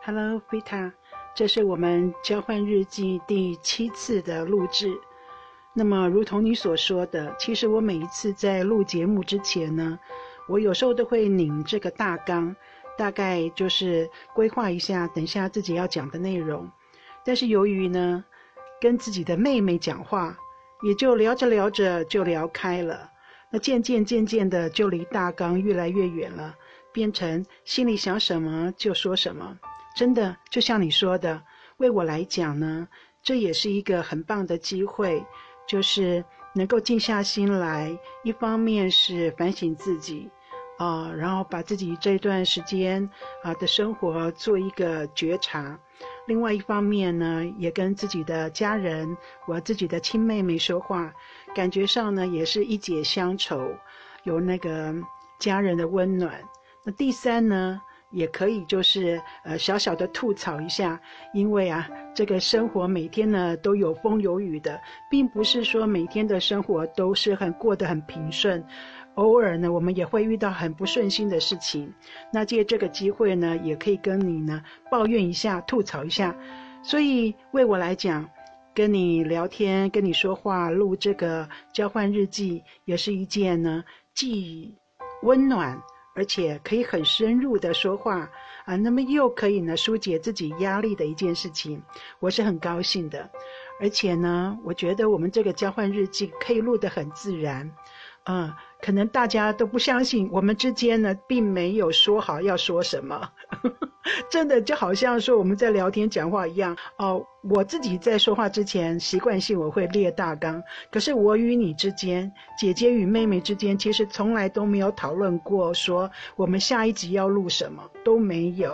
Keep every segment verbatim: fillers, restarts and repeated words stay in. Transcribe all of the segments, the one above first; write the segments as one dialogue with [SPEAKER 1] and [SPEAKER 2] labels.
[SPEAKER 1] Hello Vita， 这是我们交换日记第七次的录制。那么如同你所说的，其实我每一次在录节目之前呢，我有时候都会拧这个大纲，大概就是规划一下等一下自己要讲的内容。但是由于呢跟自己的妹妹讲话，也就聊着聊着就聊开了，那渐渐渐渐的就离大纲越来越远了，变成心里想什么就说什么。真的就像你说的，为我来讲呢，这也是一个很棒的机会，就是能够静下心来，一方面是反省自己啊、呃，然后把自己这段时间啊、呃、的生活做一个觉察，另外一方面呢，也跟自己的家人，我自己的亲妹妹说话，感觉上呢也是一解乡愁，有那个家人的温暖。那第三呢，也可以就是呃小小的吐槽一下，因为啊这个生活每天呢都有风有雨的，并不是说每天的生活都是很过得很平顺，偶尔呢我们也会遇到很不顺心的事情。那借这个机会呢，也可以跟你呢抱怨一下，吐槽一下。所以为我来讲，跟你聊天，跟你说话，录这个交换日记，也是一件呢既温暖而且可以很深入的说话啊，那么又可以呢疏解自己压力的一件事情，我是很高兴的。而且呢，我觉得我们这个交换日记可以录得很自然，嗯，可能大家都不相信我们之间呢并没有说好要说什么真的就好像说我们在聊天讲话一样哦。我自己在说话之前习惯性我会列大纲，可是我与你之间，姐姐与妹妹之间，其实从来都没有讨论过说我们下一集要录什么，都没有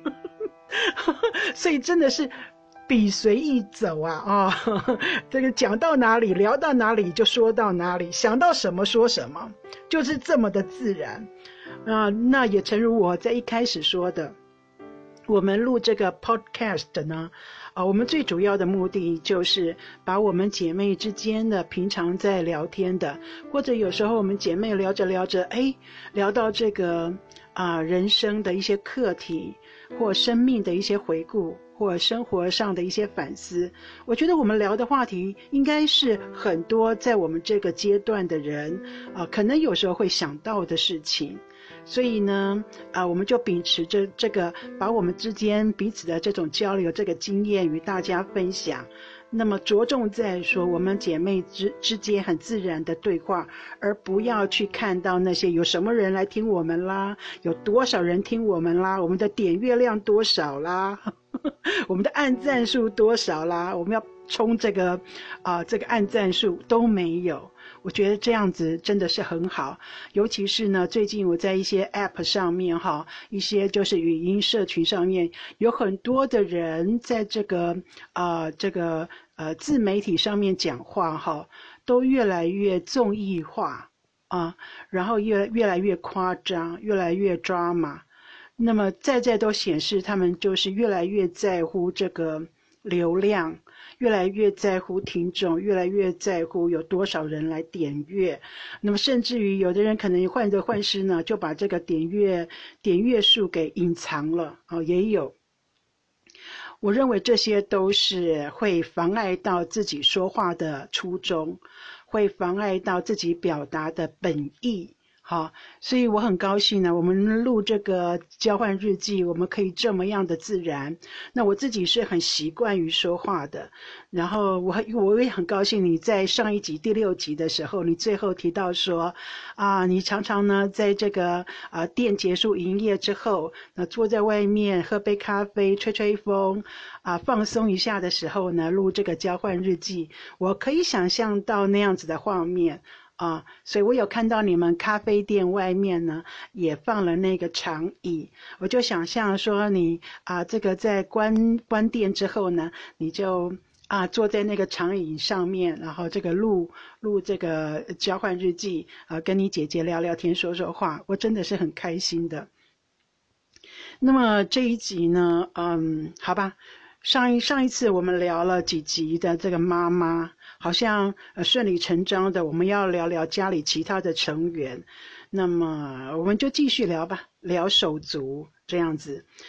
[SPEAKER 1] 所以真的是笔随意走啊啊、哦，这个讲到哪里聊到哪里就说到哪里，想到什么说什么，就是这么的自然啊、呃。那也诚如我在一开始说的，我们录这个 podcast 呢，啊、呃，我们最主要的目的就是把我们姐妹之间的平常在聊天的，或者有时候我们姐妹聊着聊着，哎，聊到这个啊、呃、人生的一些课题，或生命的一些回顾，或生活上的一些反思，我觉得我们聊的话题应该是很多在我们这个阶段的人啊、呃，可能有时候会想到的事情。所以呢啊、呃，我们就秉持着这个，把我们之间彼此的这种交流，这个经验与大家分享。那么着重在说我们姐妹之之间很自然的对话，而不要去看到那些有什么人来听我们啦，有多少人听我们啦，我们的点阅量多少啦我们的按赞数多少啦，我们要冲这个啊、呃、这个按赞数都没有。我觉得这样子真的是很好，尤其是呢，最近我在一些 app 上面哈，一些就是语音社群上面，有很多的人在这个啊、呃、这个呃自媒体上面讲话哈，都越来越综艺化啊，然后越越来越夸张，越来越 drama。那么在在都显示他们就是越来越在乎这个流量，越来越在乎听众，越来越在乎有多少人来点阅。那么甚至于有的人可能患得患失呢，就把这个点阅点阅数给隐藏了哦，也有。我认为这些都是会妨碍到自己说话的初衷，会妨碍到自己表达的本意。好，所以我很高兴呢，我们录这个交换日记，我们可以这么样的自然。那我自己是很习惯于说话的，然后我我也很高兴你在上一集第六集的时候，你最后提到说啊，你常常呢在这个啊店结束营业之后，那坐在外面喝杯咖啡，吹吹风啊，放松一下的时候呢，录这个交换日记，我可以想象到那样子的画面。啊，所以我有看到你们咖啡店外面呢也放了那个长椅，我就想象说你啊这个在关关店之后呢，你就啊坐在那个长椅上面，然后这个录录这个交换日记啊，跟你姐姐聊聊天说说话，我真的是很开心的。那么这一集呢，嗯，好吧，上一上一次我们聊了几集的这个妈妈，好像呃顺理成章的我们要聊聊家里其他的成员，那么我们就继续聊吧，聊手足这样子。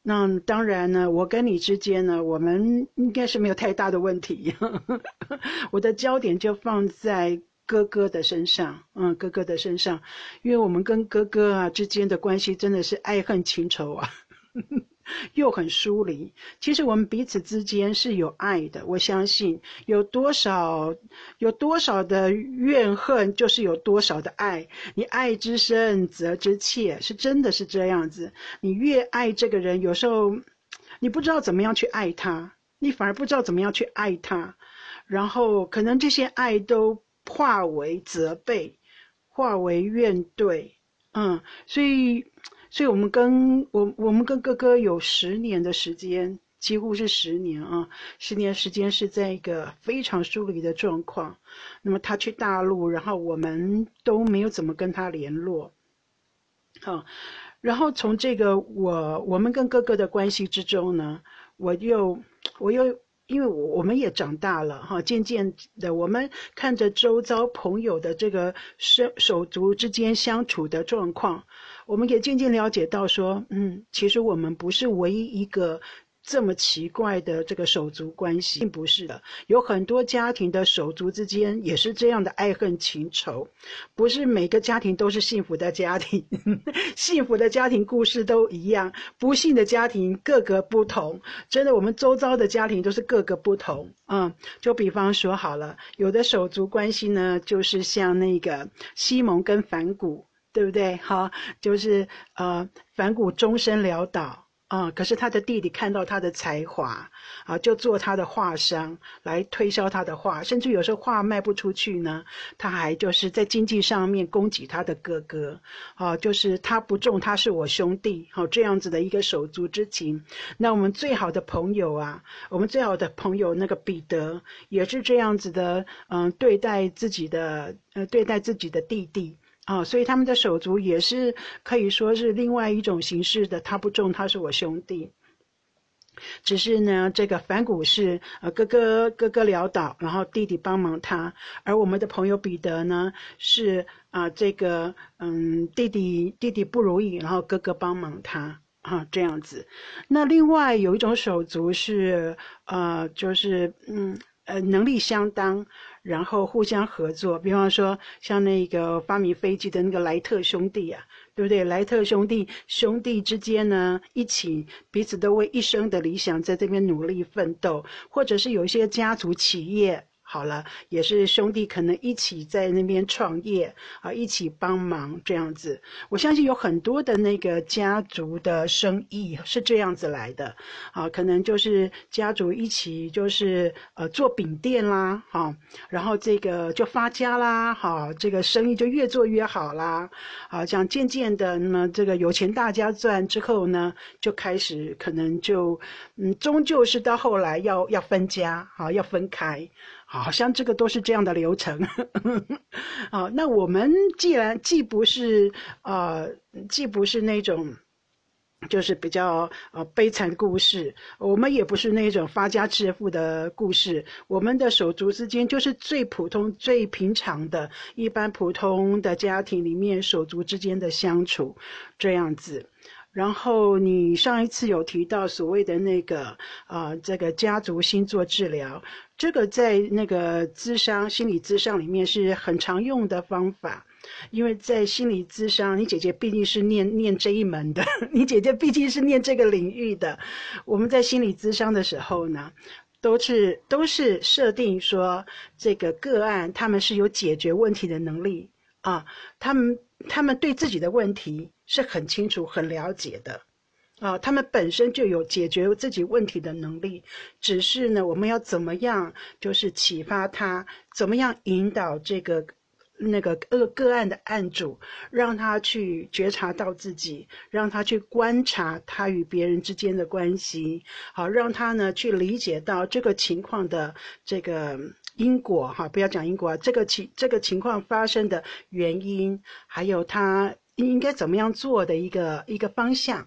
[SPEAKER 1] 那当然呢，我跟你之间呢，我们应该是没有太大的问题。我的焦点就放在哥哥的身上，嗯，哥哥的身上，因为我们跟哥哥啊之间的关系真的是爱恨情仇啊。又很疏离，其实我们彼此之间是有爱的，我相信有多少有多少的怨恨，就是有多少的爱。你爱之深，责之切，是真的是这样子。你越爱这个人，有时候你不知道怎么样去爱他，你反而不知道怎么样去爱他，然后可能这些爱都化为责备，化为怨怼，嗯，所以。所以我们跟我我们跟哥哥有十年的时间，几乎是十年啊，十年时间是在一个非常疏离的状况。那么他去大陆，然后我们都没有怎么跟他联络。好，然后从这个我我们跟哥哥的关系之中呢，我又我又因为我们也长大了哈，渐渐的我们看着周遭朋友的这个手手足之间相处的状况。我们也渐渐了解到说，嗯，其实我们不是唯一一个这么奇怪的这个手足关系，并不是的，有很多家庭的手足之间也是这样的爱恨情仇，不是每个家庭都是幸福的家庭，幸福的家庭故事都一样，不幸的家庭各个不同，真的我们周遭的家庭都是各个不同，嗯，就比方说好了，有的手足关系呢，就是像那个西蒙跟反骨。对不对？好，就是呃，反骨终身潦倒啊、呃，可是他的弟弟看到他的才华啊，就做他的画商来推销他的画，甚至有时候画卖不出去呢，他还就是在经济上面供给他的哥哥啊，就是他不重，他是我兄弟，好、啊、这样子的一个手足之情。那我们最好的朋友啊，我们最好的朋友那个彼得也是这样子的，嗯，对待自己的呃，对待自己的弟弟。啊、哦，所以他们的手足也是可以说是另外一种形式的，他不重，他是我兄弟。只是呢，这个反骨是呃哥哥哥哥潦倒，然后弟弟帮忙他，而我们的朋友彼得呢是啊、呃、这个嗯弟弟弟弟不如意，然后哥哥帮忙他啊这样子。那另外有一种手足是呃就是嗯呃能力相当。然后互相合作，比方说像那个发明飞机的那个莱特兄弟啊，对不对？莱特兄弟兄弟之间呢，一起彼此都为一生的理想在这边努力奋斗，或者是有一些家族企业。好了，也是兄弟可能一起在那边创业啊，一起帮忙这样子。我相信有很多的那个家族的生意是这样子来的啊，可能就是家族一起就是呃做饼店啦，哈，然后这个就发家啦，哈，这个生意就越做越好啦，啊，这样渐渐的，那么这个有钱大家赚之后呢，就开始可能就嗯，终究是到后来要要分家，好，要分开。好像这个都是这样的流程。好，那我们既然既不是呃既不是那种就是比较呃悲惨的故事，我们也不是那种发家致富的故事，我们的手足之间就是最普通最平常的一般普通的家庭里面手足之间的相处这样子。然后你上一次有提到所谓的那个啊、呃，这个家族星座治疗，这个在那个諮商心理諮商里面是很常用的方法，因为在心理諮商，你姐姐毕竟是念念这一门的，你姐姐毕竟是念这个领域的，我们在心理諮商的时候呢，都是都是设定说这个个案他们是有解决问题的能力啊，他们他们对自己的问题是很清楚很了解的啊，他们本身就有解决自己问题的能力，只是呢我们要怎么样就是启发他，怎么样引导这个那个个个案的案主，让他去觉察到自己，让他去观察他与别人之间的关系，好，让他呢去理解到这个情况的这个因果哈，不要讲因果啊，这个情这个情况发生的原因，还有他应该怎么样做的一个一个方向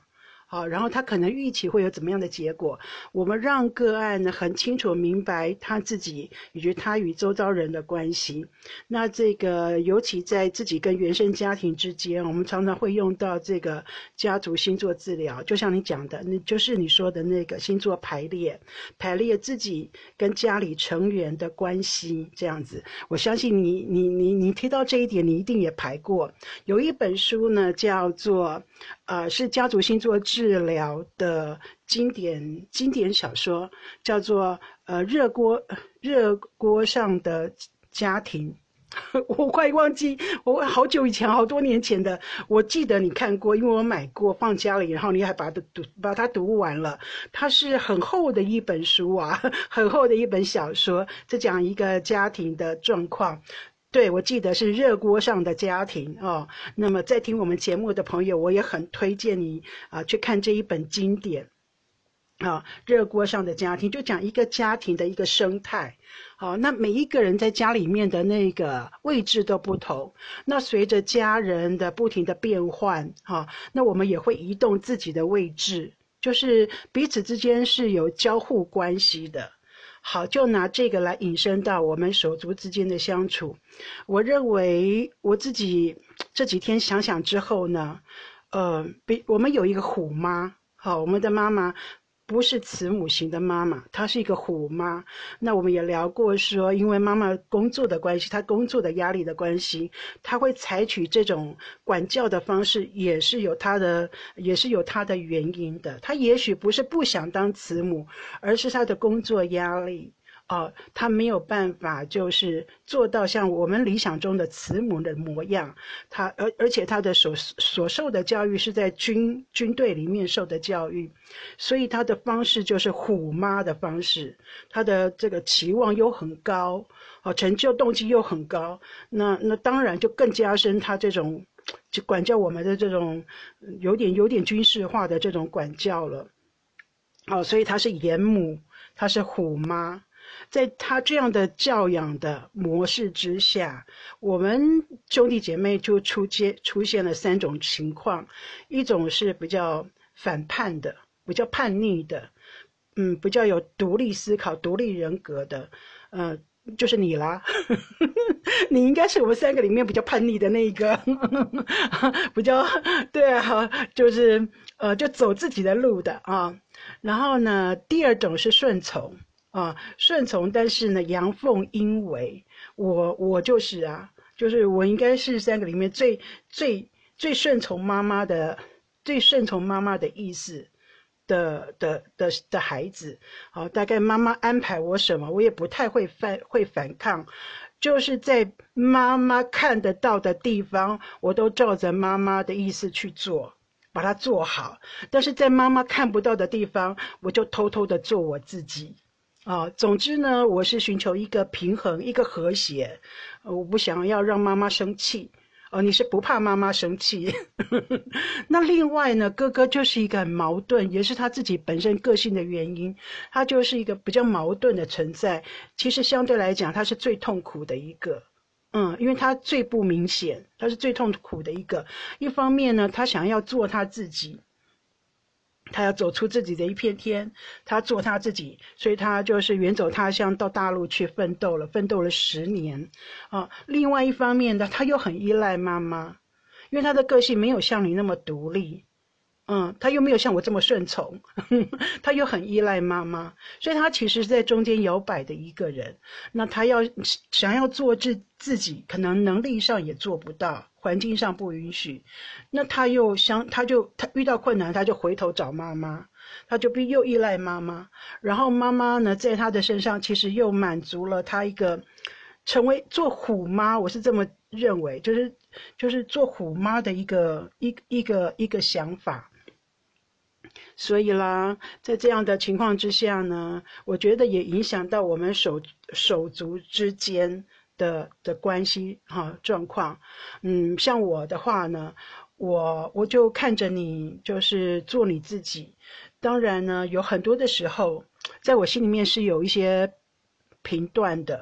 [SPEAKER 1] 好，然后他可能预期会有怎么样的结果，我们让个案呢很清楚明白他自己以及他与周遭人的关系。那这个尤其在自己跟原生家庭之间，我们常常会用到这个家族星座治疗，就像你讲的，那就是你说的那个星座排列，排列自己跟家里成员的关系这样子。我相信你你你你提到这一点，你一定也排过。有一本书呢叫做呃是家族星座治疗的经典经典小说，叫做呃热锅热锅上的家庭。我快忘记，我好久以前好多年前的，我记得你看过，因为我买过放家里，然后你还把它读把它读完了。它是很厚的一本书啊，很厚的一本小说，这讲一个家庭的状况。对，我记得是热锅上的家庭哦。那么在听我们节目的朋友，我也很推荐你啊、呃、去看这一本经典啊，热锅上的家庭，就讲一个家庭的一个生态。好，那每一个人在家里面的那个位置都不同，那随着家人的不停的变换，哈，那我们也会移动自己的位置，就是彼此之间是有交互关系的。好，就拿这个来引申到我们手足之间的相处。我认为我自己这几天想想之后呢，呃，比我们有一个虎妈，好，我们的妈妈不是慈母型的妈妈，她是一个虎妈。那我们也聊过说，因为妈妈工作的关系，她工作的压力的关系，她会采取这种管教的方式，也是有她的，也是有她的原因的。她也许不是不想当慈母，而是她的工作压力。哦，他没有办法，就是做到像我们理想中的慈母的模样。他而而且他的所所受的教育是在军军队里面受的教育，所以他的方式就是虎妈的方式。他的这个期望又很高，哦，成就动机又很高，那那当然就更加深他这种就管教我们的这种有点有点军事化的这种管教了。哦，所以他是严母，他是虎妈。在他这样的教养的模式之下，我们兄弟姐妹就出接出现了三种情况。一种是比较反叛的，比较叛逆的，嗯，比较有独立思考、独立人格的，呃，就是你啦。你应该是我们三个里面比较叛逆的那一个。比较对啊，就是呃，就走自己的路的啊。然后呢，第二种是顺从。啊，顺从，但是呢，阳奉阴违。我我就是啊，就是我应该是三个里面最最最顺从妈妈的，最顺从妈妈的意思的的的的孩子。好，大概妈妈安排我什么，我也不太会反会反抗，就是在妈妈看得到的地方，我都照着妈妈的意思去做，把它做好。但是在妈妈看不到的地方，我就偷偷的做我自己。啊，总之呢，我是寻求一个平衡，一个和谐。呃、我不想要让妈妈生气。哦，你是不怕妈妈生气。那另外呢，哥哥就是一个很矛盾，也是他自己本身个性的原因，他就是一个比较矛盾的存在。其实相对来讲，他是最痛苦的一个。嗯，因为他最不明显，他是最痛苦的一个。一方面呢，他想要做他自己。他要走出自己的一片天，他做他自己，所以他就是远走他乡到大陆去奋斗了，奋斗了十年啊。另外一方面呢，他又很依赖妈妈，因为他的个性没有像你那么独立，嗯，他又没有像我这么顺从，呵呵，他又很依赖妈妈，所以他其实是在中间摇摆的一个人。那他要想要做自自己，可能能力上也做不到，环境上不允许。那他又想，他就他遇到困难，他就回头找妈妈，他就必又依赖妈妈。然后妈妈呢，在他的身上其实又满足了他一个成为做虎妈，我是这么认为，就是就是做虎妈的一个一一个一个想法。所以啦，在这样的情况之下呢，我觉得也影响到我们手手足之间的的关系哈状况。嗯，像我的话呢，我我就看着你就是做你自己。当然呢，有很多的时候，在我心里面是有一些评断的。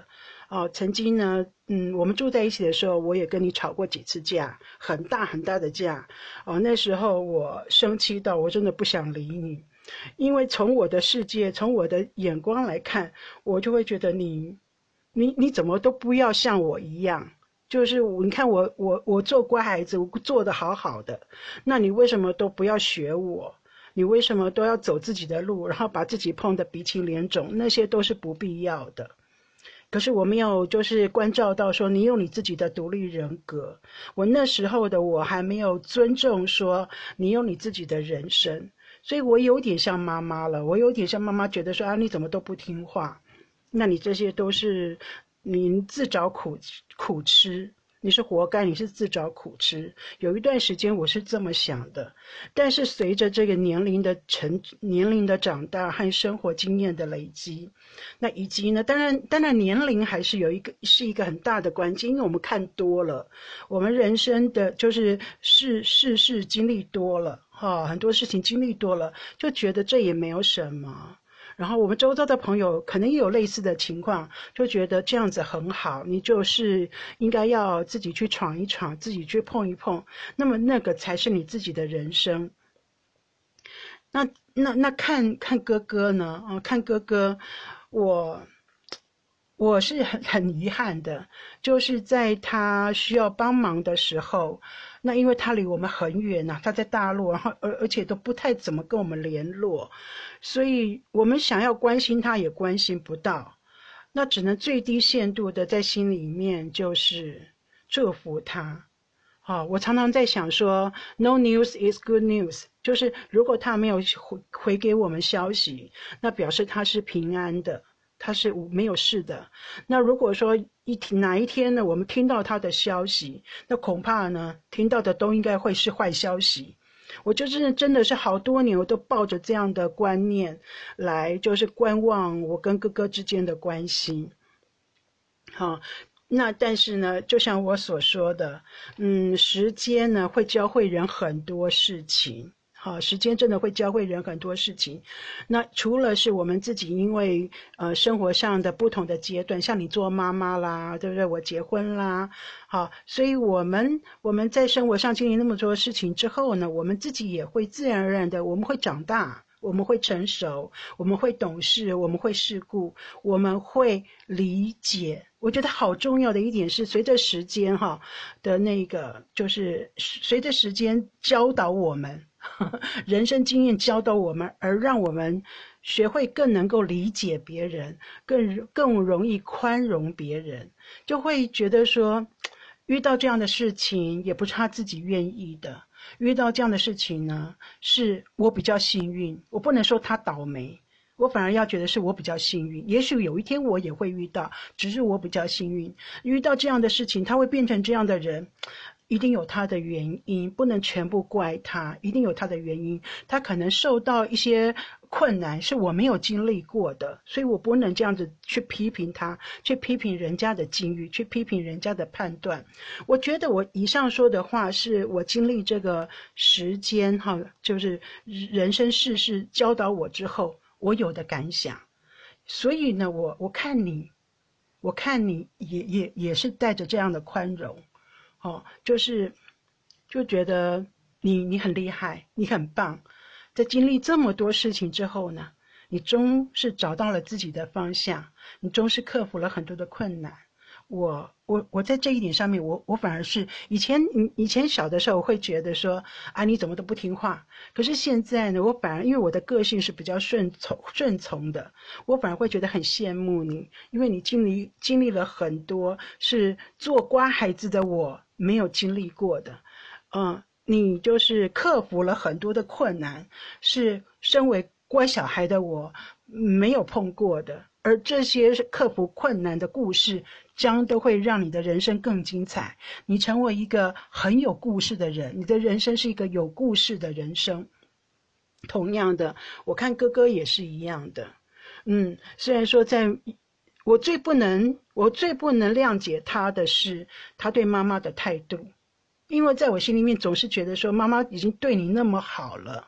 [SPEAKER 1] 哦，曾经呢，嗯，我们住在一起的时候，我也跟你吵过几次架，很大很大的架。哦，那时候我生气到我真的不想理你，因为从我的世界，从我的眼光来看，我就会觉得你，你你怎么都不要像我一样。就是你看我我我做乖孩子，我做得好好的，那你为什么都不要学我？你为什么都要走自己的路，然后把自己碰得鼻青脸肿？那些都是不必要的。可是我没有就是关照到说你有你自己的独立人格，我那时候的我还没有尊重说你有你自己的人生，所以我有点像妈妈了，我有点像妈妈觉得说啊你怎么都不听话，那你这些都是你自找苦苦吃，你是活该，你是自找苦吃。有一段时间我是这么想的，但是随着这个年龄的成年龄的长大和生活经验的累积，那以及呢，当然当然年龄还是有一个是一个很大的关键，因为我们看多了，我们人生的就是事事事经历多了哈，很多事情经历多了，就觉得这也没有什么。然后我们周遭的朋友可能也有类似的情况，就觉得这样子很好，你就是应该要自己去闯一闯，自己去碰一碰，那么那个才是你自己的人生。那那那看看哥哥呢？啊，看哥哥，我我是很很遗憾的，就是在他需要帮忙的时候，那因为他离我们很远呐、啊，他在大陆，然后而而且都不太怎么跟我们联络，所以我们想要关心他也关心不到，那只能最低限度的在心里面就是祝福他。好，我常常在想说 ，no news is good news， 就是如果他没有回回给我们消息，那表示他是平安的。他是没有事的。那如果说一哪一天呢，我们听到他的消息，那恐怕呢，听到的都应该会是坏消息。我就真的真的是好多年，我都抱着这样的观念来，就是观望我跟哥哥之间的关系。好，那但是呢，就像我所说的，嗯，时间呢会教会人很多事情。好，时间真的会教会人很多事情。那除了是我们自己因为呃生活上的不同的阶段，像你做妈妈啦，对不对？我结婚啦，好，所以我们我们在生活上经历那么多事情之后呢，我们自己也会自然而然的，我们会长大，我们会成熟，我们会懂事，我们会世故，我们会理解。我觉得好重要的一点是，随着时间哈的那个，就是随着时间教导我们。人生经验教导我们，而让我们学会更能够理解别人，更更容易宽容别人，就会觉得说，遇到这样的事情也不是他自己愿意的，遇到这样的事情呢，是我比较幸运，我不能说他倒霉，我反而要觉得是我比较幸运，也许有一天我也会遇到，只是我比较幸运，遇到这样的事情，他会变成这样的人。一定有他的原因，不能全部怪他，一定有他的原因。他可能受到一些困难，是我没有经历过的，所以我不能这样子去批评他，去批评人家的境遇，去批评人家的判断。我觉得我以上说的话，是我经历这个时间哈，就是人生世事教导我之后，我有的感想。所以呢，我我看你，我看你也也也是带着这样的宽容。哦，就是就觉得你你很厉害，你很棒，在经历这么多事情之后呢，你终是找到了自己的方向，你终是克服了很多的困难。我我我在这一点上面，我我反而是以前以前小的时候，我会觉得说啊你怎么都不听话，可是现在呢，我反而因为我的个性是比较顺从顺从的，我反而会觉得很羡慕你，因为你经历经历了很多是做乖孩子的我没有经历过的，嗯，你就是克服了很多的困难，是身为乖小孩的我没有碰过的，而这些克服困难的故事将都会让你的人生更精彩，你成为一个很有故事的人，你的人生是一个有故事的人生。同样的，我看哥哥也是一样的，嗯，虽然说在我最不能我最不能谅解他的是他对妈妈的态度，因为在我心里面总是觉得说妈妈已经对你那么好了，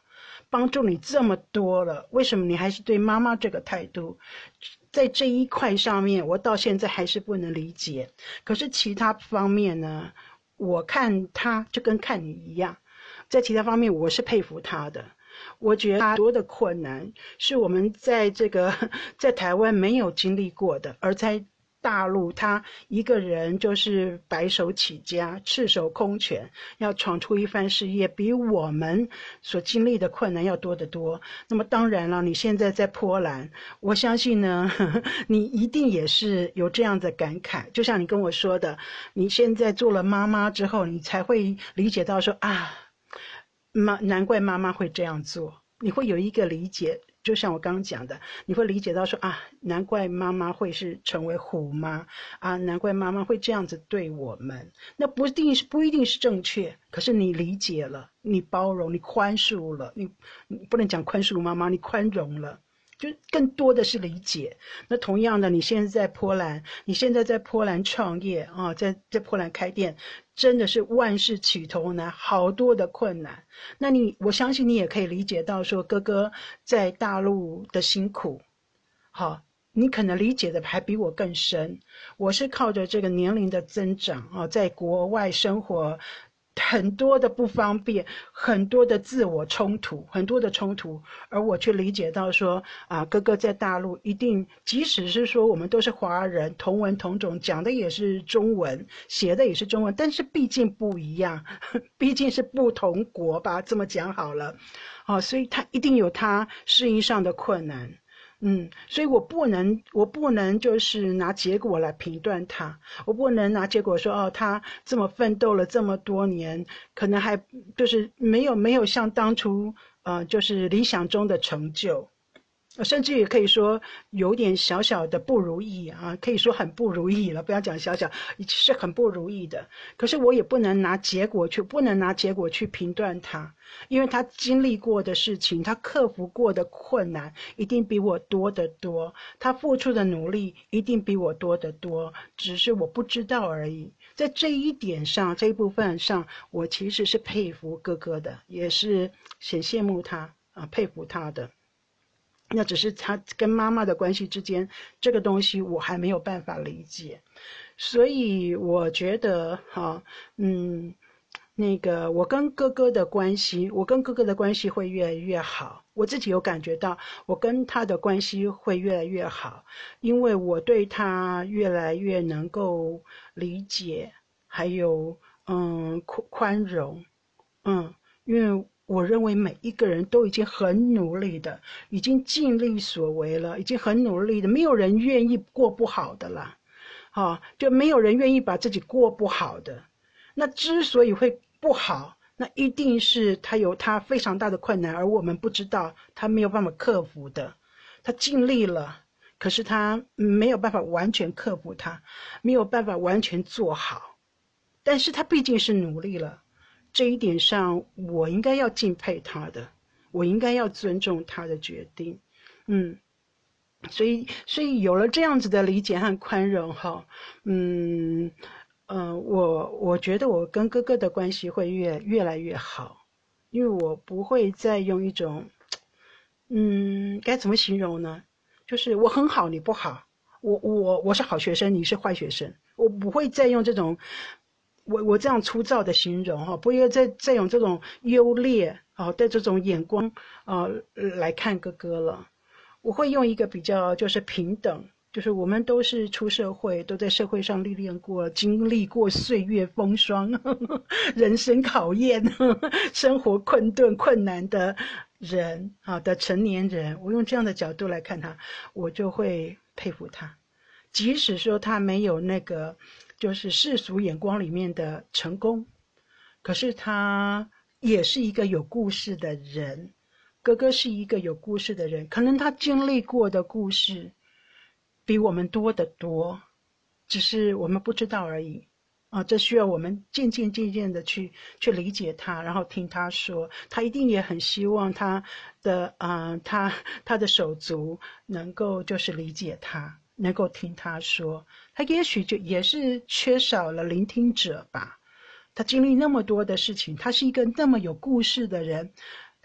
[SPEAKER 1] 帮助你这么多了，为什么你还是对妈妈这个态度？在这一块上面，我到现在还是不能理解。可是其他方面呢，我看他就跟看你一样，在其他方面我是佩服他的。我觉得很多的困难是我们在这个在台湾没有经历过的，而在大陆他一个人就是白手起家，赤手空拳，要闯出一番事业，比我们所经历的困难要多得多。那么当然了，你现在在波兰，我相信呢呵呵你一定也是有这样的感慨，就像你跟我说的，你现在做了妈妈之后，你才会理解到说啊，妈，难怪妈妈会这样做，你会有一个理解。就像我刚刚讲的，你会理解到说啊，难怪妈妈会是成为虎妈啊，难怪妈妈会这样子对我们。那不一定是不一定是正确，可是你理解了，你包容，你宽恕了，你你不能讲宽恕妈妈，你宽容了。就更多的是理解。那同样的，你现在在波兰，你现在在波兰创业啊，在在波兰开店，真的是万事起头难，好多的困难。那你，我相信你也可以理解到说，哥哥在大陆的辛苦，好，你可能理解的还比我更深。我是靠着这个年龄的增长啊，在国外生活。很多的不方便，很多的自我冲突，很多的冲突，而我却理解到说啊，哥哥在大陆一定，即使是说我们都是华人，同文同种，讲的也是中文，写的也是中文，但是毕竟不一样，毕竟是不同国吧，这么讲好了，啊，所以他一定有他适应上的困难。嗯，所以我不能，我不能就是拿结果来评断他，我不能拿结果说哦，他这么奋斗了这么多年，可能还就是没有没有像当初呃就是理想中的成就。甚至也可以说有点小小的不如意啊，可以说很不如意了，不要讲小小，是很不如意的。可是我也不能拿结果去，不能拿结果去评断他，因为他经历过的事情，他克服过的困难一定比我多得多，他付出的努力一定比我多得多，只是我不知道而已。在这一点上，这一部分上，我其实是佩服哥哥的，也是很羡慕他啊，佩服他的。那只是他跟妈妈的关系之间，这个东西我还没有办法理解，所以我觉得哈，嗯，那个我跟哥哥的关系，我跟哥哥的关系会越来越好，我自己有感觉到，我跟他的关系会越来越好，因为我对他越来越能够理解，还有嗯宽宽容，嗯，因为。我认为每一个人都已经很努力的，已经尽力所为了，已经很努力的，没有人愿意过不好的啦，啊，就没有人愿意把自己过不好的。那之所以会不好，那一定是他有他非常大的困难，而我们不知道，他没有办法克服的。他尽力了，可是他没有办法完全克服它，没有办法完全做好，但是他毕竟是努力了。这一点上，我应该要敬佩他的，我应该要尊重他的决定，嗯，所以，所以有了这样子的理解和宽容，哈，嗯，呃，我我觉得我跟哥哥的关系会越越来越好，因为我不会再用一种，嗯，该怎么形容呢？就是我很好，你不好，我我我是好学生，你是坏学生，我不会再用这种。我我这样粗糙的形容哈，不要再再用这种优劣啊的这种眼光啊来看哥哥了。我会用一个比较就是平等，就是我们都是出社会，都在社会上历练过，经历过岁月风霜、呵呵人生考验、呵呵生活困顿困难的人啊的成年人，我用这样的角度来看他，我就会佩服他，即使说他没有那个。就是世俗眼光里面的成功，可是他也是一个有故事的人。哥哥是一个有故事的人，可能他经历过的故事比我们多得多，只是我们不知道而已。啊，这需要我们渐渐渐渐的去去理解他，然后听他说，他一定也很希望他的啊、呃，他他的手足能够就是理解他。能够听他说，他也许就也是缺少了聆听者吧。他经历那么多的事情，他是一个那么有故事的人，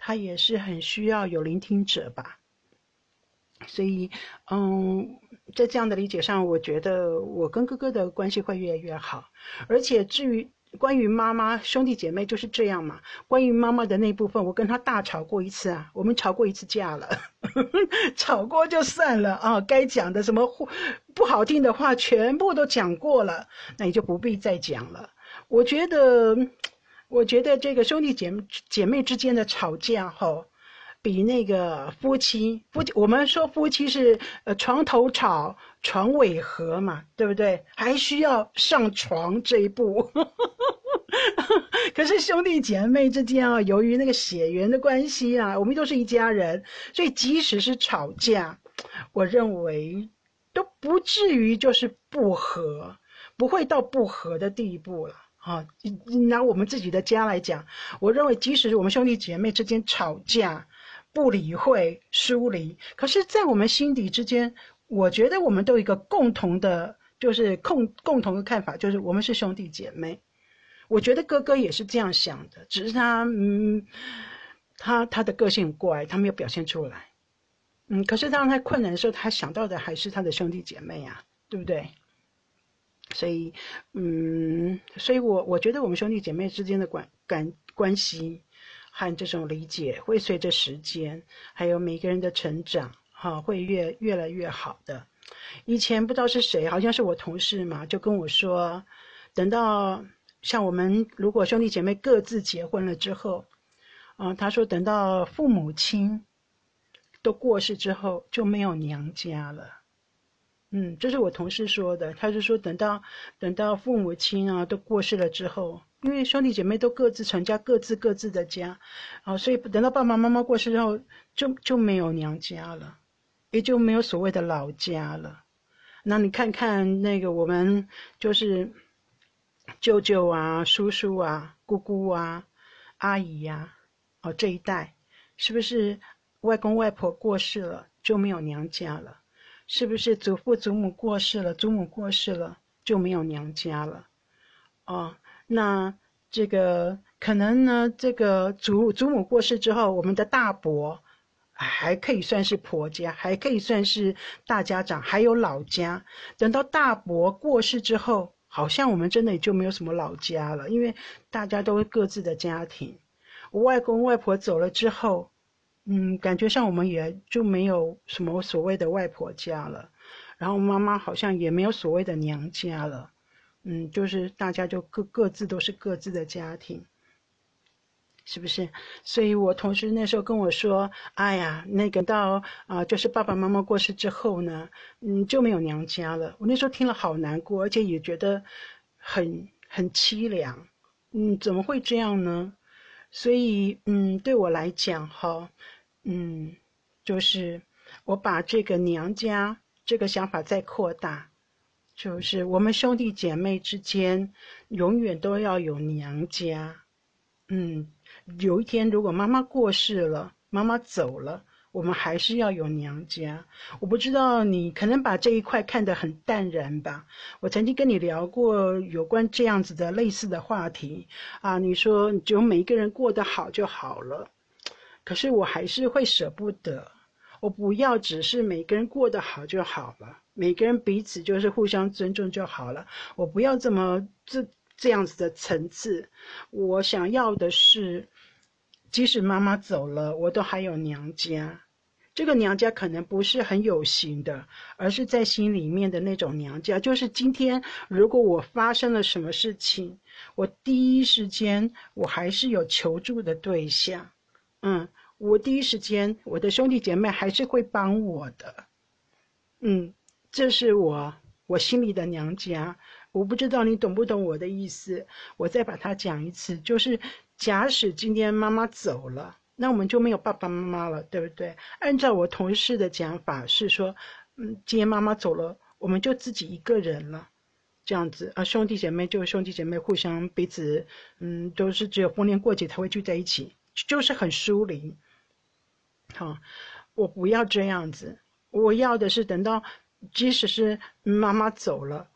[SPEAKER 1] 他也是很需要有聆听者吧。所以，嗯，在这样的理解上，我觉得我跟哥哥的关系会越来越好。而且至于关于妈妈，兄弟姐妹就是这样嘛。关于妈妈的那部分，我跟他大吵过一次啊，我们吵过一次架了，吵过就算了啊，该讲的什么不好听的话全部都讲过了，那你就不必再讲了。我觉得，我觉得这个兄弟姐妹姐妹之间的吵架哈，比那个夫妻夫我们说夫妻是呃床头吵床尾和嘛，对不对？还需要上床这一步。可是兄弟姐妹之间啊，由于那个血缘的关系啊，我们都是一家人，所以即使是吵架，我认为都不至于就是不和，不会到不和的地步了。啊，拿我们自己的家来讲，我认为即使我们兄弟姐妹之间吵架，不理会疏离，可是在我们心底之间，我觉得我们都有一个共同的，就是共共同的看法，就是我们是兄弟姐妹。我觉得哥哥也是这样想的，只是他嗯，他他的个性很怪，他没有表现出来。嗯，可是当他困难的时候，他想到的还是他的兄弟姐妹啊，对不对？所以，嗯，所以我我觉得我们兄弟姐妹之间的关感关系和这种理解，会随着时间，还有每个人的成长，哈，会越越来越好的。以前不知道是谁，好像是我同事嘛，就跟我说，等到像我们如果兄弟姐妹各自结婚了之后，啊、呃，他说等到父母亲都过世之后，就没有娘家了。嗯，这是我同事说的，他是说等到等到父母亲啊都过世了之后，因为兄弟姐妹都各自成家，各自各自的家，啊，所以等到爸爸妈妈过世之后，就就没有娘家了，也就没有所谓的老家了。那你看看那个我们就是舅舅啊、叔叔啊、姑姑啊、阿姨呀、啊，哦这一代，是不是外公外婆过世了就没有娘家了？是不是祖父祖母过世了，祖母过世了就没有娘家了？哦，那这个可能呢，这个祖祖母过世之后，我们的大伯还可以算是婆家，还可以算是大家长，还有老家。等到大伯过世之后，好像我们真的也就没有什么老家了，因为大家都各自的家庭。我外公外婆走了之后，嗯，感觉上我们也就没有什么所谓的外婆家了，然后妈妈好像也没有所谓的娘家了，嗯，就是大家就各各自都是各自的家庭，是不是？所以我同事那时候跟我说，哎呀，那个到啊、呃，就是爸爸妈妈过世之后呢，嗯，就没有娘家了。我那时候听了好难过，而且也觉得很很凄凉，嗯，怎么会这样呢？所以，嗯，对我来讲，哈。嗯，就是我把这个娘家这个想法再扩大，就是我们兄弟姐妹之间永远都要有娘家。嗯，有一天如果妈妈过世了，妈妈走了，我们还是要有娘家。我不知道你可能把这一块看得很淡然吧。我曾经跟你聊过有关这样子的类似的话题啊，你说只有每一个人过得好就好了。可是我还是会舍不得，我不要只是每个人过得好就好了，每个人彼此就是互相尊重就好了，我不要这么这这样子的层次。我想要的是，即使妈妈走了，我都还有娘家。这个娘家可能不是很有形的，而是在心里面的那种娘家，就是今天如果我发生了什么事情，我第一时间我还是有求助的对象。嗯，我第一时间，我的兄弟姐妹还是会帮我的。嗯，这是我我心里的娘家。我不知道你懂不懂我的意思，我再把它讲一次，就是假使今天妈妈走了，那我们就没有爸爸妈妈了，对不对？按照我同事的讲法是说，嗯，今天妈妈走了，我们就自己一个人了。这样子啊，兄弟姐妹就是兄弟姐妹，互相彼此，嗯，都是只有逢年过节才会聚在一起。就是很疏离，好、哦，我不要这样子，我要的是等到，即使是妈妈走了，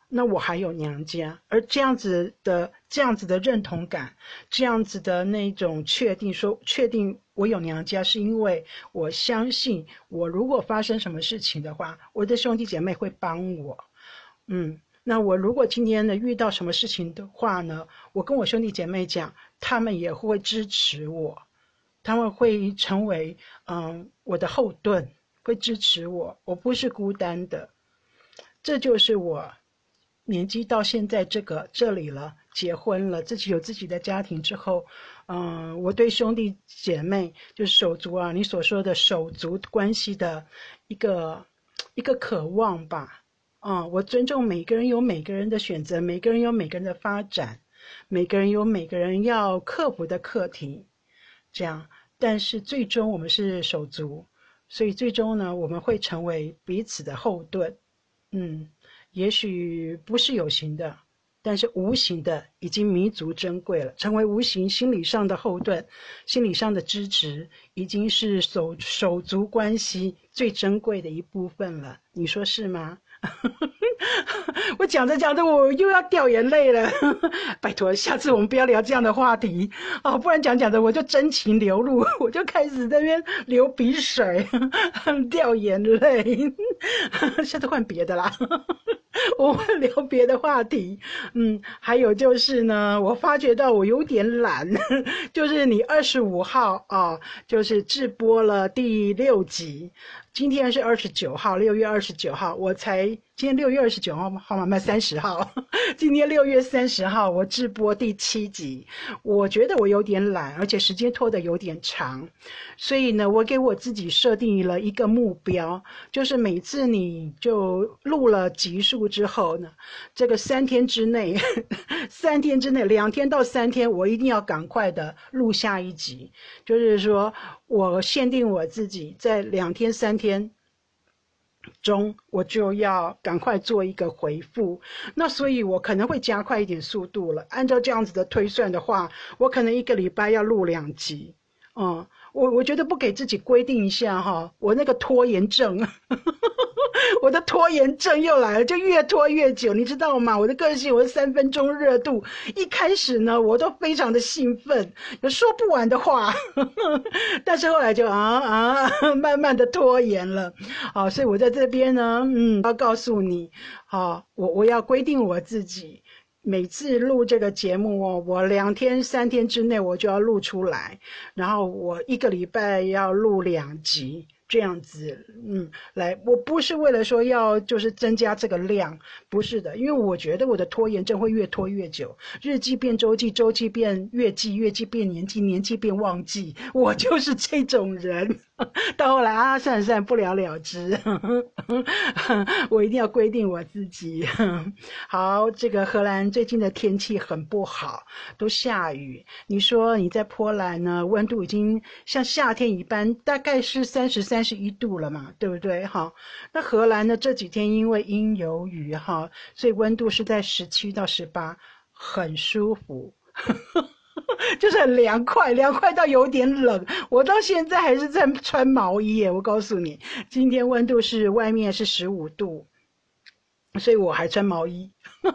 [SPEAKER 1] 那我还有娘家，而这样子的这样子的认同感，这样子的那种确定说确定我有娘家，是因为我相信我如果发生什么事情的话，我的兄弟姐妹会帮我。嗯，那我如果今天呢遇到什么事情的话呢，我跟我兄弟姐妹讲，他们也会支持我，他们会成为嗯我的后盾，会支持我，我不是孤单的。这就是我年纪到现在这个这里了，结婚了，自己有自己的家庭之后，嗯、呃，我对兄弟姐妹就是手足啊，你所说的手足关系的一个一个渴望吧。嗯，我尊重每个人有每个人的选择，每个人有每个人的发展，每个人有每个人要克服的课题，这样。但是最终我们是手足，所以最终呢，我们会成为彼此的后盾。嗯，也许不是有形的，但是无形的已经弥足珍贵了，成为无形心理上的后盾，心理上的支持，已经是手手足关系最珍贵的一部分了。你说是吗？我讲着讲着我又要掉眼泪了。拜托下次我们不要聊这样的话题哦，不然讲讲着我就真情流露，我就开始在那边流鼻水掉眼泪。下次换别的啦。我会聊别的话题。嗯，还有就是呢，我发觉到我有点懒。就是你二十五号啊，就是直播了第六集，今天是二十九号，六月二十九号，我才今天六月二十九号号码卖三十号，今天六月三十号我直播第七集，我觉得我有点懒，而且时间拖得有点长，所以呢，我给我自己设定了一个目标，就是每次你就录了集数之后呢，这个三天之内，三天之内，两天到三天，我一定要赶快的录下一集，就是说我限定我自己在两天三天中我就要赶快做一个回复，那所以我可能会加快一点速度了，按照这样子的推算的话，我可能一个礼拜要录两集。嗯，我我觉得不给自己规定一下哈，我那个拖延症我的拖延症又来了，就越拖越久，你知道吗？我的个性，我是三分钟热度，一开始呢我都非常的兴奋，有说不完的话但是后来就啊啊慢慢的拖延了。好，所以我在这边呢嗯要告诉你，好，我我要规定我自己每次录这个节目哦，我两天三天之内我就要录出来，然后我一个礼拜要录两集这样子。嗯，来，我不是为了说要就是增加这个量，不是的，因为我觉得我的拖延症会越拖越久，日记变周记，周记变月记，月记变年记，年记变忘记，我就是这种人。到后来啊，算了算了，不了了之。我一定要规定我自己。好，这个荷兰最近的天气很不好，都下雨。你说你在波兰呢，温度已经像夏天一般，大概是三十、三十一度了嘛，对不对？哈，那荷兰呢这几天因为阴有雨哈，所以温度是在十七到十八，很舒服。就是很凉快，凉快到有点冷，我到现在还是在穿毛衣耶。我告诉你，今天温度是外面是十五度，所以我还穿毛衣。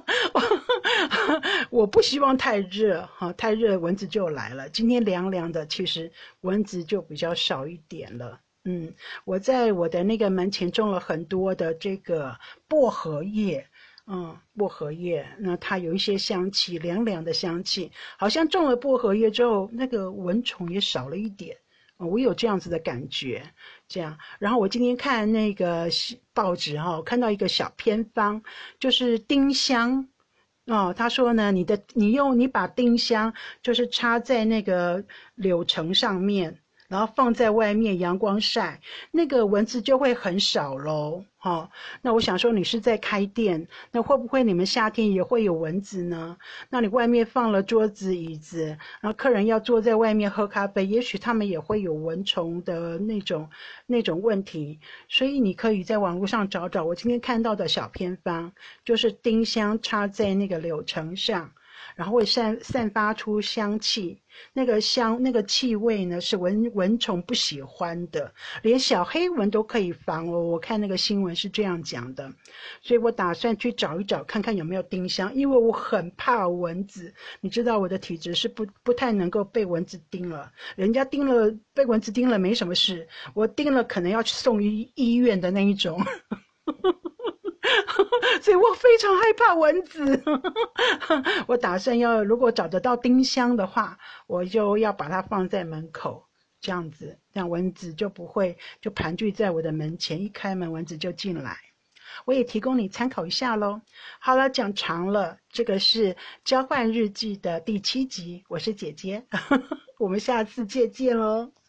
[SPEAKER 1] 我不希望太热哈，太热蚊子就来了。今天凉凉的，其实蚊子就比较少一点了。嗯，我在我的那个门前种了很多的这个薄荷叶。嗯，薄荷叶，那它有一些香气，凉凉的香气，好像种了薄荷叶之后，那个蚊虫也少了一点。嗯，我有这样子的感觉，这样。然后我今天看那个报纸哈、哦，看到一个小偏方，就是丁香。哦，他说呢，你的你用你把丁香就是插在那个柳橙上面。然后放在外面阳光晒，那个蚊子就会很少咯。哦，那我想说你是在开店，那会不会你们夏天也会有蚊子呢？那你外面放了桌子椅子，然后客人要坐在外面喝咖啡，也许他们也会有蚊虫的那种那种问题，所以你可以在网络上找找我今天看到的小偏方，就是丁香插在那个柳橙上， 然后会散散发出香气。那个香那个气味呢是蚊蚊虫不喜欢的，连小黑蚊都可以防哦。我看那个新闻是这样讲的，所以我打算去找一找看看有没有丁香，因为我很怕蚊子。你知道我的体质是不不太能够被蚊子叮了，人家叮了被蚊子叮了没什么事，我叮了可能要去送医医院的那一种。所以我非常害怕蚊子。我打算要如果找得到丁香的话，我就要把它放在门口，这样子让蚊子就不会就盘踞在我的门前，一开门蚊子就进来。我也提供你参考一下咯。好了，讲长了，这个是交换日记的第七集，我是姐姐。我们下次见见咯。